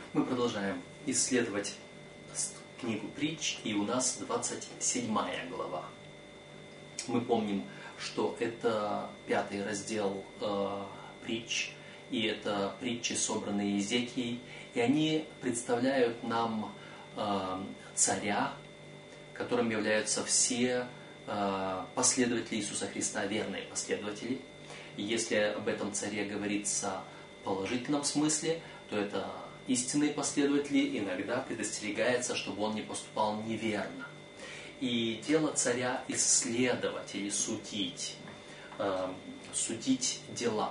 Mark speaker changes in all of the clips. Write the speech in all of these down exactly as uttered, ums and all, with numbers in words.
Speaker 1: Мы продолжаем исследовать книгу Притч, и у нас двадцать седьмая глава. Мы помним, что это пятый раздел э, Притч, и это притчи, собранные Иезекией, и они представляют нам э, царя, которым являются все э, последователи Иисуса Христа, верные последователи. И если об этом царе говорится в положительном смысле, то это истинные последователи, иногда предостерегается, чтобы он не поступал неверно. И дело царя исследовать или судить, э, судить дела.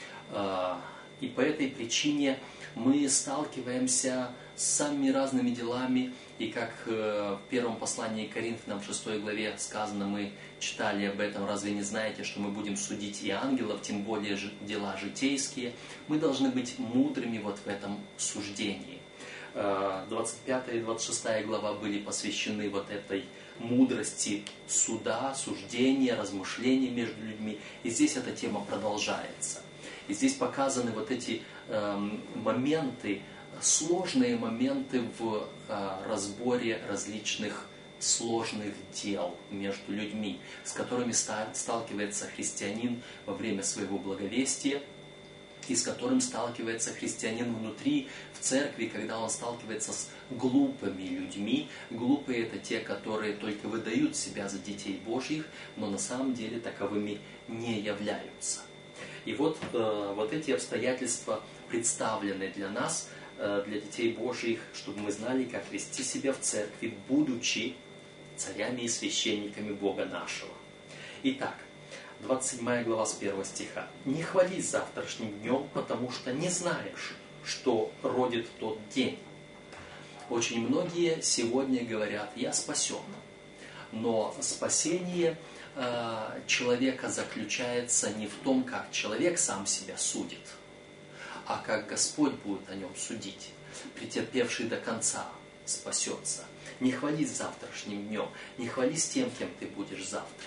Speaker 1: Э, и по этой причине мы сталкиваемся с самыми разными делами. И как э, в первом послании к Коринфянам, в шестой главе сказано, мы читали об этом, разве не знаете, что мы будем судить и ангелов, тем более дела житейские. Мы должны быть мудрыми вот в этом суждении. двадцать пятая и двадцать шестая глава были посвящены вот этой мудрости суда, суждения, размышления между людьми. И здесь эта тема продолжается. И здесь показаны вот эти э, моменты, сложные моменты в э, разборе различных сложных дел между людьми, с которыми сталкивается христианин во время своего благовестия, и с которым сталкивается христианин внутри, в церкви, когда он сталкивается с глупыми людьми. Глупые — это те, которые только выдают себя за детей Божьих, но на самом деле таковыми не являются. И вот, э, вот эти обстоятельства представлены для нас, э, для детей Божьих, чтобы мы знали, как вести себя в церкви, будучи царями и священниками Бога нашего. Итак, двадцать седьмая глава с первого стиха. «Не хвались завтрашним днем, потому что не знаешь, что родит тот день». Очень многие сегодня говорят: «Я спасен». Но спасение э, человека заключается не в том, как человек сам себя судит, а как Господь будет о нем судить. Претерпевший до конца спасется. Не хвались завтрашним днем, не хвались тем, кем ты будешь завтра,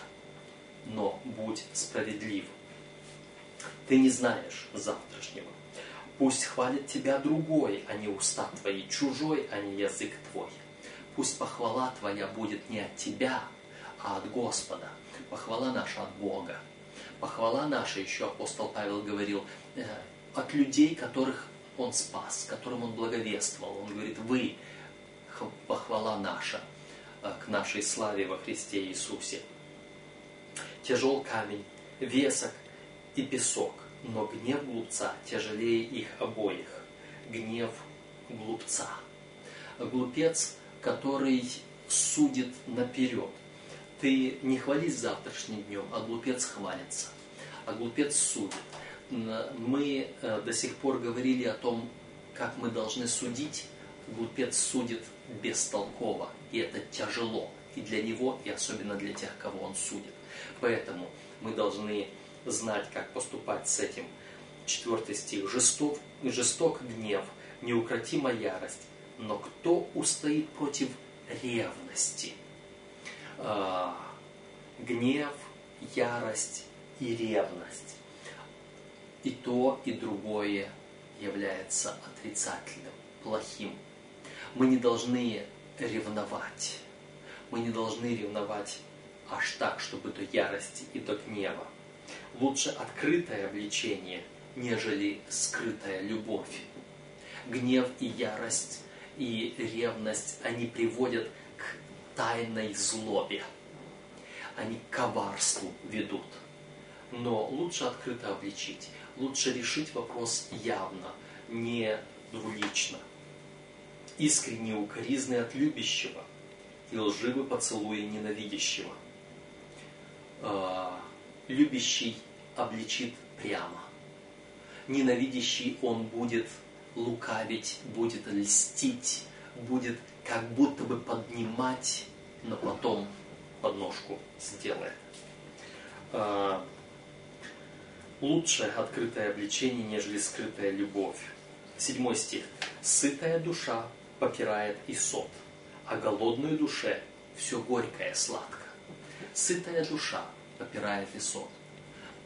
Speaker 1: но будь справедлив. Ты не знаешь завтрашнего. Пусть хвалит тебя другой, а не уста твои, чужой, а не язык твой. Пусть похвала твоя будет не от тебя, а от Господа. Похвала наша от Бога. Похвала наша, еще апостол Павел говорил, от людей, которых он спас, которым он благовествовал. Он говорит: вы, похвала наша к нашей славе во Христе Иисусе. Тяжел камень, весок и песок, но гнев глупца тяжелее их обоих. Гнев глупца. Глупец, который судит наперед. Ты не хвались завтрашним днем, а глупец хвалится. А глупец судит. Мы до сих пор говорили о том, как мы должны судить. Глупец судит бестолково, и это тяжело и для него, и особенно для тех, кого он судит. Поэтому мы должны знать, как поступать с этим. Четвертый стих. «Жесток, жесток гнев, неукротима ярость, но кто устоит против ревности?» А, гнев, ярость и ревность. И то, и другое является отрицательным, плохим. Мы не должны ревновать. Мы не должны ревновать аж так, чтобы до ярости и до гнева. Лучше открытое влечение, нежели скрытая любовь. Гнев и ярость и ревность, они приводят к тайной злобе. Они к коварству ведут. Но лучше открыто обличить. Лучше решить вопрос явно, не двулично. Искренние укоризны от любящего и лживы поцелуи ненавидящего. Любящий обличит прямо. Ненавидящий он будет лукавить, будет льстить, будет как будто бы поднимать, но потом подножку сделает. Лучше открытое обличение, нежели скрытая любовь. Седьмой стих. «Сытая душа попирает и сот, а голодной душе все горькое сладко». Сытая душа попирает и сот.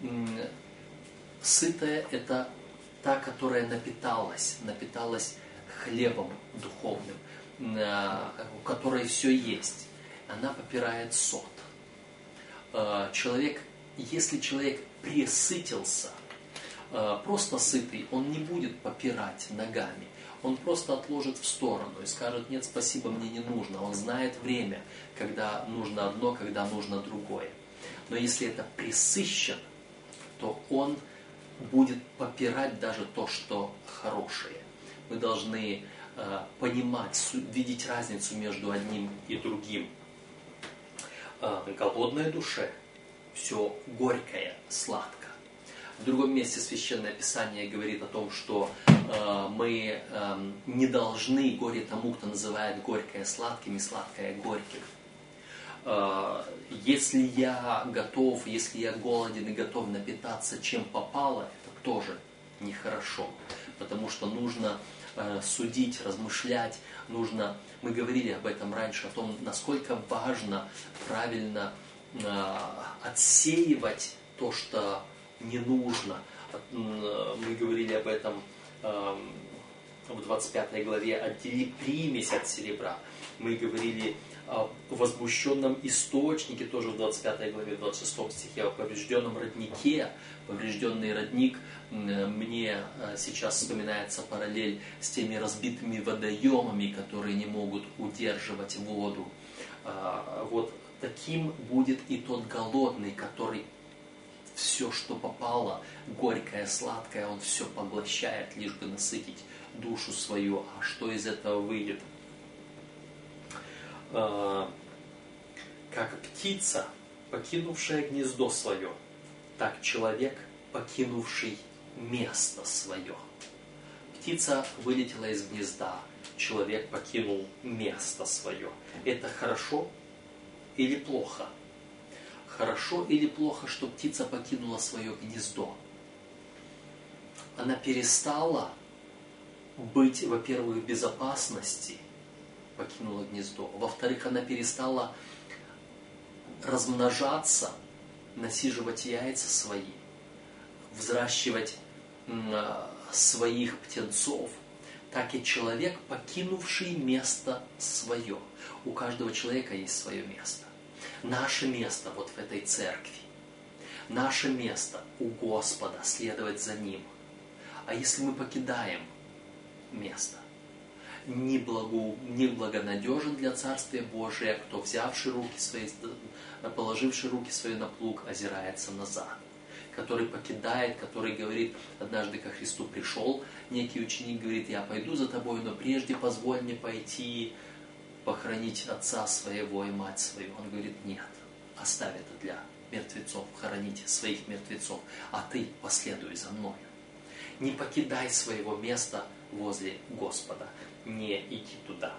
Speaker 1: Сытая — это та, которая напиталась, напиталась хлебом духовным, у которой все есть, она попирает сот. Человек, если человек пресытился, просто сытый, он не будет попирать ногами. Он просто отложит в сторону и скажет: нет, спасибо, мне не нужно. Он знает время, когда нужно одно, когда нужно другое. Но если это пресыщен, то он будет попирать даже то, что хорошее. Мы должны э, понимать, видеть разницу между одним и другим. Э, голодной душе все горькое, сладко. В другом месте Священное Писание говорит о том, что э, мы э, не должны горе тому, кто называет горькое сладким и сладкое горьким. Э, если я готов, если я голоден и готов напитаться чем попало, это тоже нехорошо. Потому что нужно э, судить, размышлять, нужно, мы говорили об этом раньше, о том, насколько важно правильно э, отсеивать то, что не нужно. Мы говорили об этом в двадцать пятой главе: «Отдели примесь от серебра». Мы говорили о возмущенном источнике, тоже в двадцать пятой главе, в двадцать шестом стихе, о поврежденном роднике. Поврежденный родник, мне сейчас вспоминается параллель с теми разбитыми водоемами, которые не могут удерживать воду. Вот таким будет и тот голодный, который все, что попало, горькое, сладкое, он все поглощает, лишь бы насытить душу свою. А что из этого выйдет? Как птица, покинувшая гнездо свое, так человек, покинувший место свое. Птица вылетела из гнезда, человек покинул место свое. Это хорошо или плохо? Хорошо или плохо, что птица покинула свое гнездо? Она перестала быть, во-первых, в безопасности, покинула гнездо. Во-вторых, она перестала размножаться, насиживать яйца свои, взращивать своих птенцов. Так и человек, покинувший место свое. У каждого человека есть свое место. Наше место вот в этой церкви. Наше место у Господа, следовать за Ним. А если мы покидаем место, неблагонадежен для Царствия Божия, кто, взявший руки свои, положивший руки свои на плуг, озирается назад. Который покидает, который говорит: однажды ко Христу пришел некий ученик, говорит: я пойду за тобой, но прежде позволь мне пойти похоронить отца своего и мать свою. Он говорит: нет, оставь это для мертвецов, хороните своих мертвецов, а ты последуй за мною. Не покидай своего места возле Господа, не иди туда.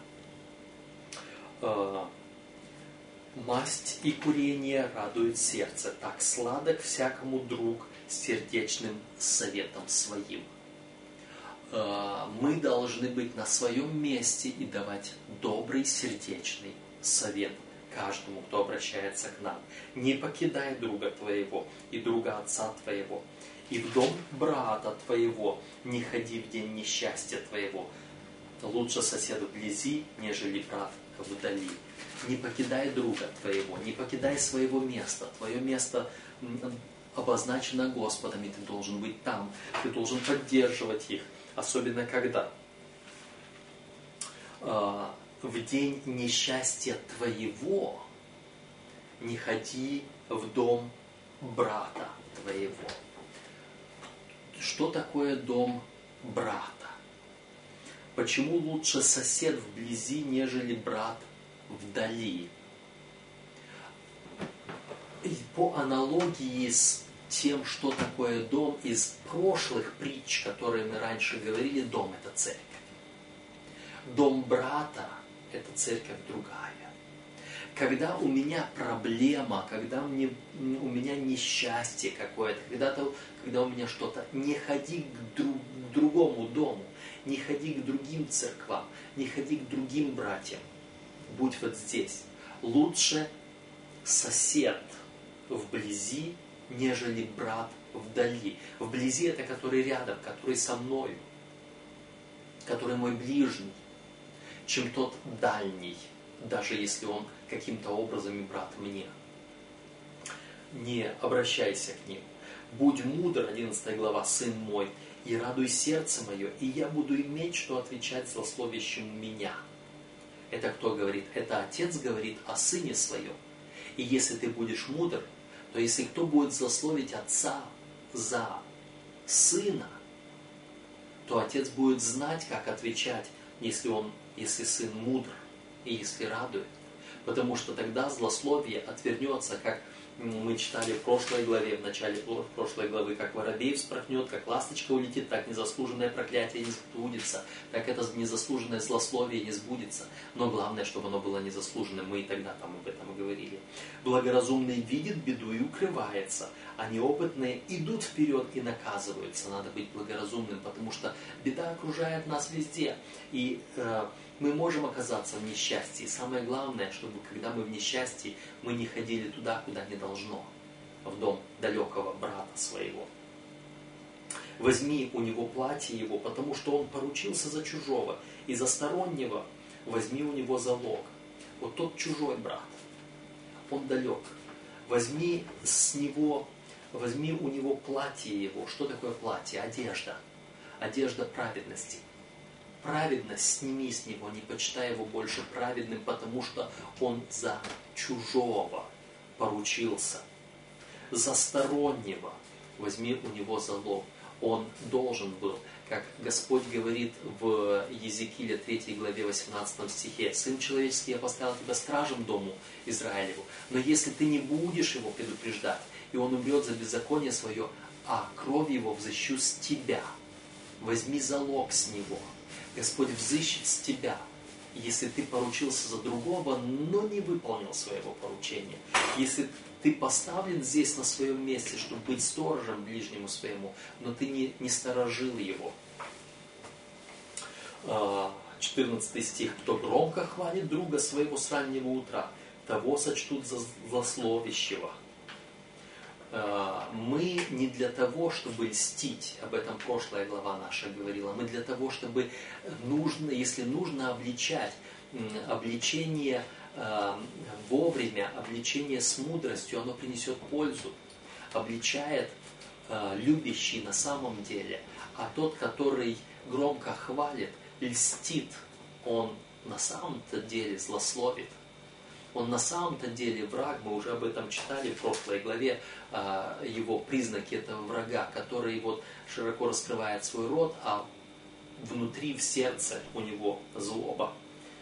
Speaker 1: Масть и курение радует сердце, так сладок всякому друг с сердечным советом своим. Мы должны быть на своем месте и давать добрый сердечный совет каждому, кто обращается к нам. Не покидай друга твоего и друга отца твоего, и в дом брата твоего не ходи в день несчастья твоего. Лучше сосед вблизи, нежели брат вдали. Не покидай друга твоего, не покидай своего места. Твое место обозначено Господом, и ты должен быть там. Ты должен поддерживать их. Особенно когда в день несчастья твоего не ходи в дом брата твоего. Что такое дом брата? Почему лучше сосед вблизи, нежели брат вдали? И по аналогии с тем, что такое дом, из прошлых притч, которые мы раньше говорили, дом – это церковь. Дом брата – это церковь другая. Когда у меня проблема, когда мне, у меня несчастье какое-то, когда-то, когда у меня что-то, не ходи к, друг, к другому дому, не ходи к другим церквам, не ходи к другим братьям. Будь вот здесь. Лучше сосед вблизи, нежели брат вдали. Вблизи это который рядом, который со мною, который мой ближний, чем тот дальний, даже если он каким-то образом и брат мне. Не обращайся к ним. Будь мудр, одиннадцатая глава, сын мой, и радуй сердце мое, и я буду иметь, что отвечать злословящему меня. Это кто говорит? Это отец говорит о сыне своем. И если ты будешь мудр, то если кто будет злословить отца за сына, то отец будет знать, как отвечать, если, он, если сын мудр и если радует. Потому что тогда злословие отвернется, как мы читали в прошлой главе, в начале прошлой главы, как воробей вспорхнет, как ласточка улетит, так незаслуженное проклятие не сбудется, так это незаслуженное злословие не сбудется. Но главное, чтобы оно было незаслуженным, мы и тогда там об этом говорили. Благоразумный видит беду и укрывается, а неопытные идут вперед и наказываются. Надо быть благоразумным, потому что беда окружает нас везде. И э, мы можем оказаться в несчастье. И самое главное, чтобы когда мы в несчастье, мы не ходили туда, куда не должно, в дом далекого брата своего. Возьми у него платье его, потому что он поручился за чужого, и за стороннего возьми у него залог. Вот тот чужой брат, он далек. Возьми с него, возьми у него платье его. Что такое платье? Одежда. Одежда праведности. Праведность сними с него, не почитай его больше праведным, потому что он за чужого поручился. За стороннего возьми у него залог. Он должен был, как Господь говорит в Езекииле третьей главе восемнадцатом стихе, «Сын человеческий, я поставил тебя стражем дому Израилеву, но если ты не будешь его предупреждать, и он умрет за беззаконие свое, а кровь его взыщу с тебя, возьми залог с него». Господь взыщет с тебя, если ты поручился за другого, но не выполнил своего поручения. Если ты поставлен здесь на своем месте, чтобы быть сторожем ближнему своему, но ты не, не сторожил его. четырнадцатый стих. «Кто громко хвалит друга своего с раннего утра, того сочтут за злословящего». Мы не для того, чтобы льстить, об этом прошлая глава наша говорила, мы для того, чтобы, нужно, если нужно обличать, обличение вовремя, обличение с мудростью, оно принесет пользу. Обличает любящий на самом деле, а тот, который громко хвалит, льстит, он на самом-то деле злословит. Он на самом-то деле враг, мы уже об этом читали в прошлой главе, его признаки этого врага, который вот широко раскрывает свой рот, а внутри в сердце у него злоба.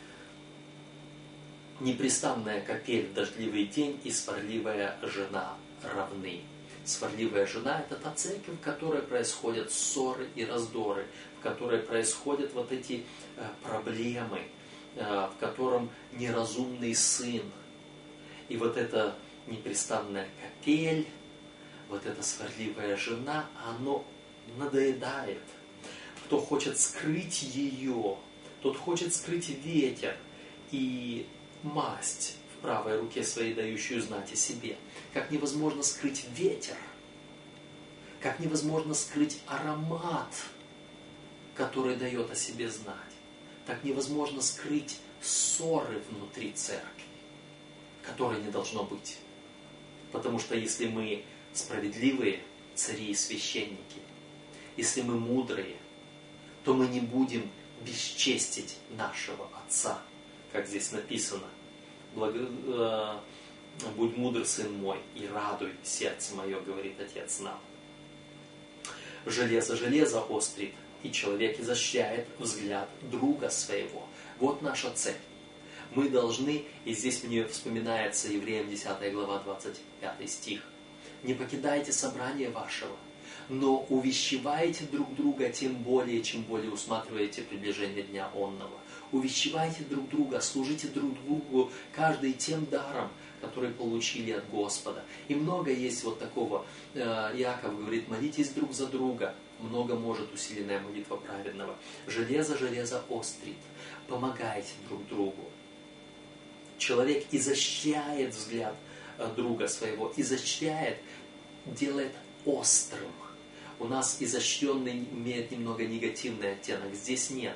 Speaker 1: Непрестанная капель в дождливый день и сварливая жена равны. Сварливая жена – это та церковь, в которой происходят ссоры и раздоры, в которой происходят вот эти проблемы, в котором неразумный сын. И вот эта непрестанная капель, вот эта сварливая жена, оно надоедает. Кто хочет скрыть ее, тот хочет скрыть ветер и масть в правой руке своей, дающую знать о себе. Как невозможно скрыть ветер, как невозможно скрыть аромат, который дает о себе знать. Так невозможно скрыть ссоры внутри церкви, которой не должно быть. Потому что если мы справедливые цари и священники, если мы мудрые, то мы не будем бесчестить нашего Отца, как здесь написано. Благо, э, «Будь мудр, сын мой, и радуй сердце мое», говорит Отец нам. Железо железо острит, и человек изощряет взгляд друга своего. Вот наша цель. Мы должны, и здесь мне вспоминается Евреям десятая глава двадцать пятый стих, «Не покидайте собрание вашего, но увещевайте друг друга, тем более, чем более усматриваете приближение дня онного. Увещевайте друг друга, служите друг другу, каждый тем даром, который получили от Господа». И много есть вот такого. Иаков говорит: молитесь друг за друга. Много может усиленная молитва праведного. Железо железо острит. Помогайте друг другу. Человек изощряет взгляд друга своего, изощряет, делает острым. У нас изощренный имеет немного негативный оттенок, здесь нет.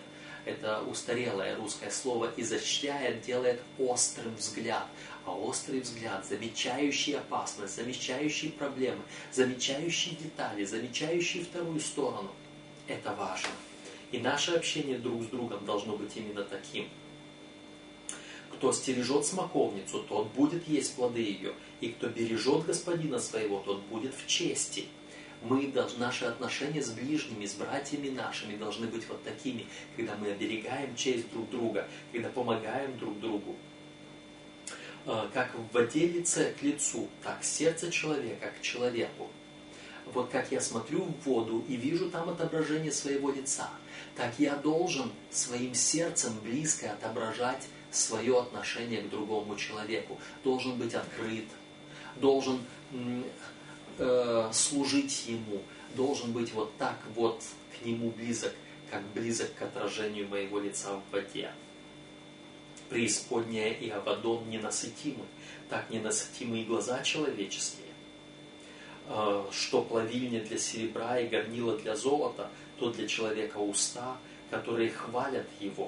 Speaker 1: это устарелое русское слово, изощряет, делает острым взгляд. А острый взгляд, замечающий опасность, замечающий проблемы, замечающий детали, замечающий вторую сторону, это важно. И наше общение друг с другом должно быть именно таким. Кто стережет смоковницу, тот будет есть плоды ее. И кто бережет господина своего, тот будет в чести. Мы должны, наши отношения с ближними, с братьями нашими должны быть вот такими, когда мы оберегаем честь друг друга, когда помогаем друг другу. Как в воде лице к лицу, так сердце человека к человеку. Вот как я смотрю в воду и вижу там отображение своего лица, так я должен своим сердцем близко отображать свое отношение к другому человеку. Должен быть открыт, должен э, служить ему, должен быть вот так вот к нему близок, как близок к отражению моего лица в воде. Преисподняя и Авадон ненасытимы, так ненасытимы и глаза человеческие. Что плавильня для серебра и горнила для золота, то для человека уста, которые хвалят его.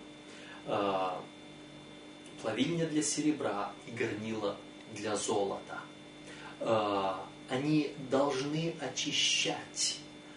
Speaker 1: Плавильня для серебра и горнила для золота. Они должны очищать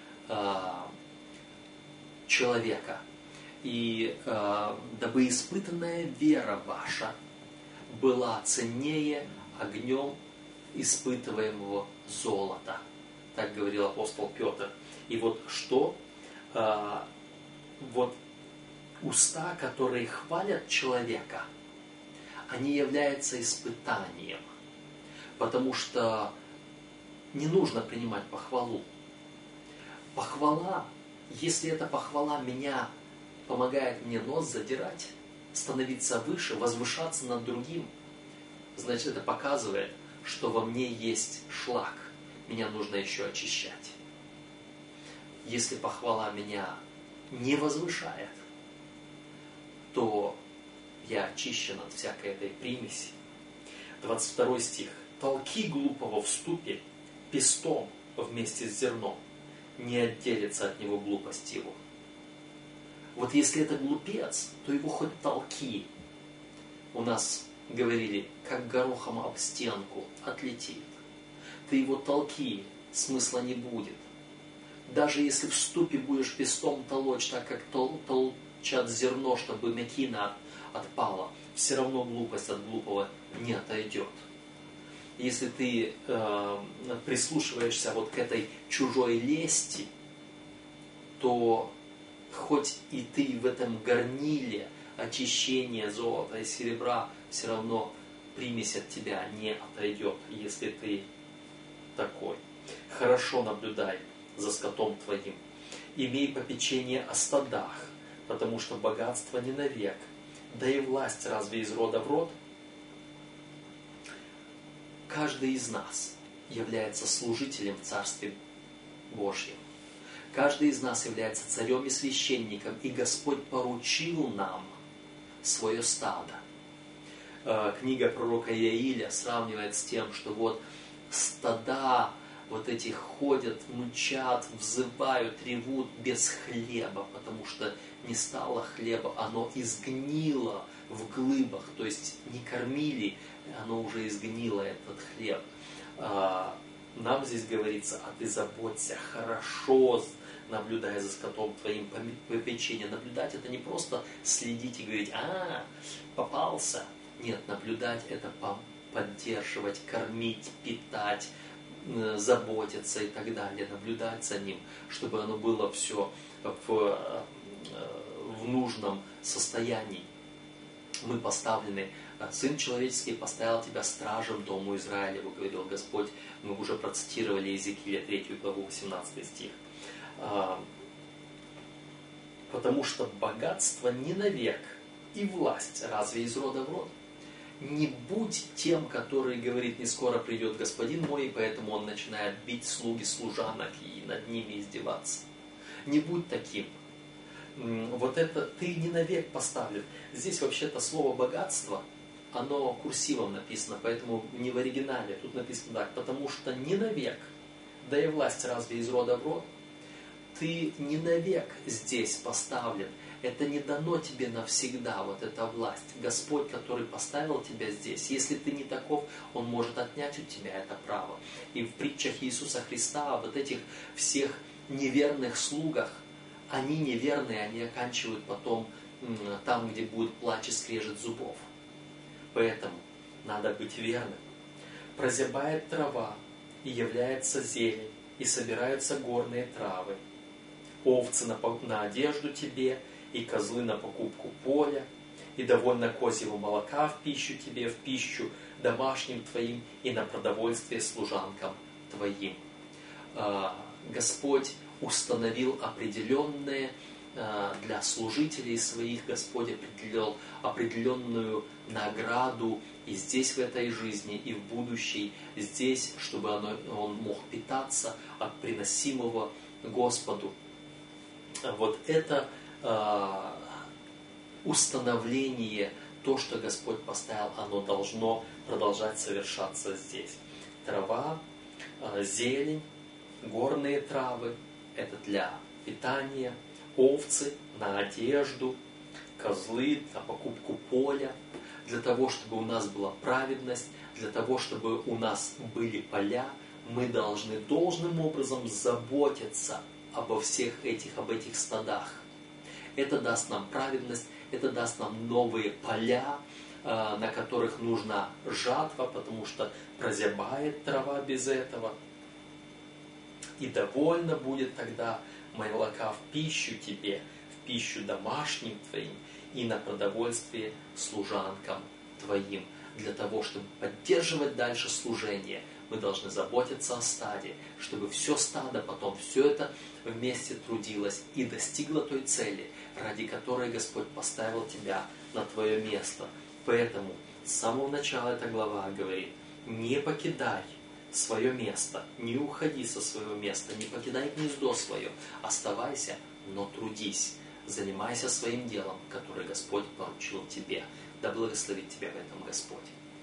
Speaker 1: человека. И э, дабы испытанная вера ваша была ценнее огнем испытываемого золота. Так говорил апостол Петр. И вот что? Э, вот уста, которые хвалят человека, они являются испытанием. Потому что не нужно принимать похвалу. Похвала, если эта похвала меня помогает мне нос задирать, становиться выше, возвышаться над другим, значит, это показывает, что во мне есть шлак, меня нужно еще очищать. Если похвала меня не возвышает, то я очищен от всякой этой примеси. двадцать второй стих. «Толки глупого в ступе пестом вместе с зерном, не отделится от него глупость его». Вот если это глупец, то его хоть толки. У нас говорили, как горохом об стенку отлетит. Ты его толки, смысла не будет. Даже если в ступе будешь пестом толочь, так как тол- толчат зерно, чтобы мякина отпала, все равно глупость от глупого не отойдет. Если ты э, прислушиваешься вот к этой чужой лести, то хоть и ты в этом горниле очищения золота и серебра, все равно примесь от тебя не отойдет, если ты такой. Хорошо наблюдай за скотом твоим. Имей попечение о стадах, потому что богатство не навек. Да и власть разве из рода в род? Каждый из нас является служителем в Царстве Божьем. Каждый из нас является царем и священником, и Господь поручил нам свое стадо. Книга пророка Иаиля сравнивает с тем, что вот стада вот эти ходят, мычат, взывают, ревут без хлеба, потому что не стало хлеба, оно изгнило в глыбах, то есть не кормили, оно уже изгнило этот хлеб. Нам здесь говорится, а ты заботься, хорошо наблюдая за скотом твоим, попечение. Наблюдать это не просто следить и говорить, а, попался. Нет, наблюдать это поддерживать, кормить, питать, заботиться и так далее. Наблюдать за ним, чтобы оно было все в, в нужном состоянии. Мы поставлены, Сын Человеческий поставил тебя стражем дому Израилеву, говорил Господь. Мы уже процитировали Иезекииля третью главу, восемнадцатый стих. Потому что богатство не навек, и власть разве из рода в род? Не будь тем, который говорит, не скоро придет господин мой, и поэтому он начинает бить слуги, служанок и над ними издеваться. Не будь таким. Вот это ты не навек поставлен. Здесь вообще-то слово богатство, оно курсивом написано, поэтому не в оригинале. Тут написано так, потому что не навек, да и власть разве из рода в род? Ты не навек здесь поставлен. Это не дано тебе навсегда, вот эта власть. Господь, который поставил тебя здесь, если ты не таков, Он может отнять у тебя это право. И в притчах Иисуса Христа, вот этих всех неверных слугах, они неверные, они оканчивают потом там, где будет плач и скрежет зубов. Поэтому надо быть верным. Прозябает трава, и является зелень, и собираются горные травы. Овцы на, на одежду тебе, и козлы на покупку поля, и довольно козьего молока в пищу тебе, в пищу домашним твоим, и на продовольствие служанкам твоим. Господь установил определенные для служителей своих, Господь определил определенную награду и здесь, в этой жизни, и в будущей, здесь, чтобы оно, он мог питаться от приносимого Господу. Вот это э, установление, то, что Господь поставил, оно должно продолжать совершаться здесь. Трава, э, зелень, горные травы, это для питания, овцы на одежду, козлы на покупку поля, для того, чтобы у нас была праведность, для того, чтобы у нас были поля, мы должны должным образом заботиться обо всех этих, об этих стадах. Это даст нам праведность, это даст нам новые поля, на которых нужна жатва, потому что прозябает трава без этого. И довольно будет тогда молока в пищу тебе, в пищу домашним твоим и на продовольствие служанкам твоим. Для того, чтобы поддерживать дальше служение, мы должны заботиться о стаде, чтобы все стадо потом, все это вместе трудилось и достигло той цели, ради которой Господь поставил тебя на твое место. Поэтому с самого начала эта глава говорит: не покидай свое место, не уходи со своего места, не покидай гнездо свое, оставайся, но трудись, занимайся своим делом, которое Господь поручил тебе. Да благословит тебя в этом Господь.